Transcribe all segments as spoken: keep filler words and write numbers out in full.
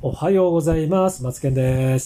おはようございます。マツケンです。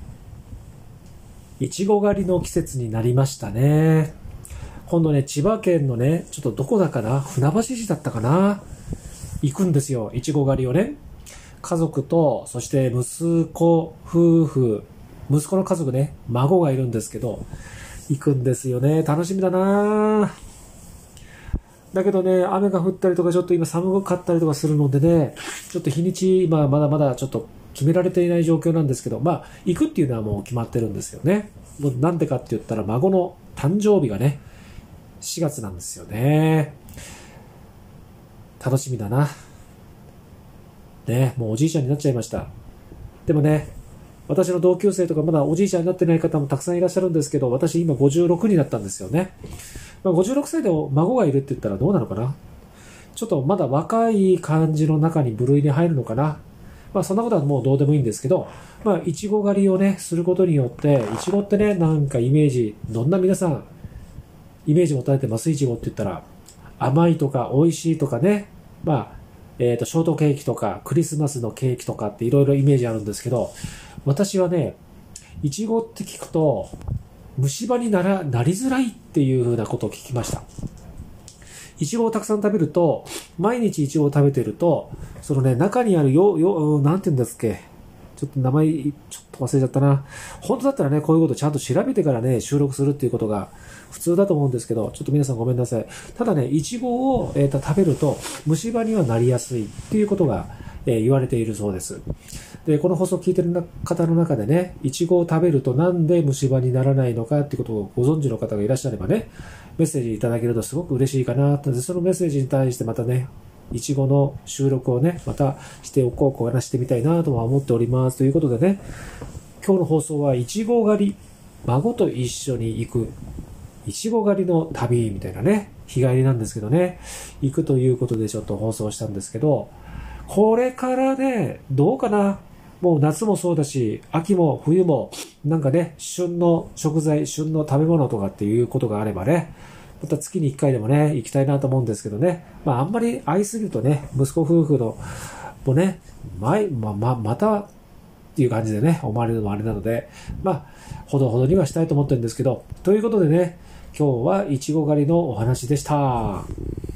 いちご狩りの季節になりましたね。今度ね、千葉県のね、ちょっとどこだかな、船橋市だったかな、行くんですよ。いちご狩りをね。家族と、そして息子、夫婦、息子の家族ね、孫がいるんですけど、行くんですよね。楽しみだなだけどね、雨が降ったりとか、ちょっと今寒かったりとかするのでね、ちょっと日にち、今まだまだちょっと決められていない状況なんですけど、まあ、行くっていうのはもう決まってるんですよね。もうなんでかって言ったら、孫の誕生日がね、しがつなんですよね。楽しみだな。ね、もうおじいちゃんになっちゃいました。でもね、私の同級生とかまだおじいちゃんになってない方もたくさんいらっしゃるんですけど、私今ごじゅうろくになったんですよね。まあ、ごじゅうろくさいで孫がいるって言ったらどうなのかな。ちょっとまだ若い感じの中に部類に入るのかな。まあそんなことはもうどうでもいいんですけど、まあいちご狩りをね、することによって、いちごってね、なんかイメージ、どんな皆さん、イメージ持たれてます？いちごって言ったら、甘いとか美味しいとかね、まあ、えっと、ショートケーキとか、クリスマスのケーキとかっていろいろイメージあるんですけど、私はね、いちごって聞くと、虫歯になら、なりづらいっていうふうなことを聞きました。いちごをたくさん食べると、毎日いちごを食べてると、そのね、中にあるよ、よ、なんて言うんですっけ。ちょっと名前、ちょっと忘れちゃったな。本当だったらね、こういうことちゃんと調べてからね、収録するっていうことが普通だと思うんですけど、ちょっと皆さんごめんなさい。ただね、いちごを、えー、と食べると、虫歯にはなりやすいっていうことが、えー、言われているそうです。で、この放送を聞いてる方の中でね、いちごを食べるとなんで虫歯にならないのかっていうことをご存知の方がいらっしゃればね、メッセージいただけるとすごく嬉しいかなと。で、そのメッセージに対してまたね、いちごの収録をね、またしておこう、こう話してみたいなとは思っております。ということでね、今日の放送はいちご狩り、孫と一緒に行く、いちご狩りの旅みたいなね、日帰りなんですけどね、行くということでちょっと放送したんですけど、これからね、どうかな。もう夏もそうだし、秋も冬も、なんかね、旬の食材、旬の食べ物とかっていうことがあればね、また月にいっかいでもね、行きたいなと思うんですけどね。まああんまり会いすぎるとね、息子夫婦の、もね、前、ま、ま、またっていう感じでね、思われるのもあれなので、まあ、ほどほどにはしたいと思ってるんですけど、ということでね、今日はいちご狩りのお話でした。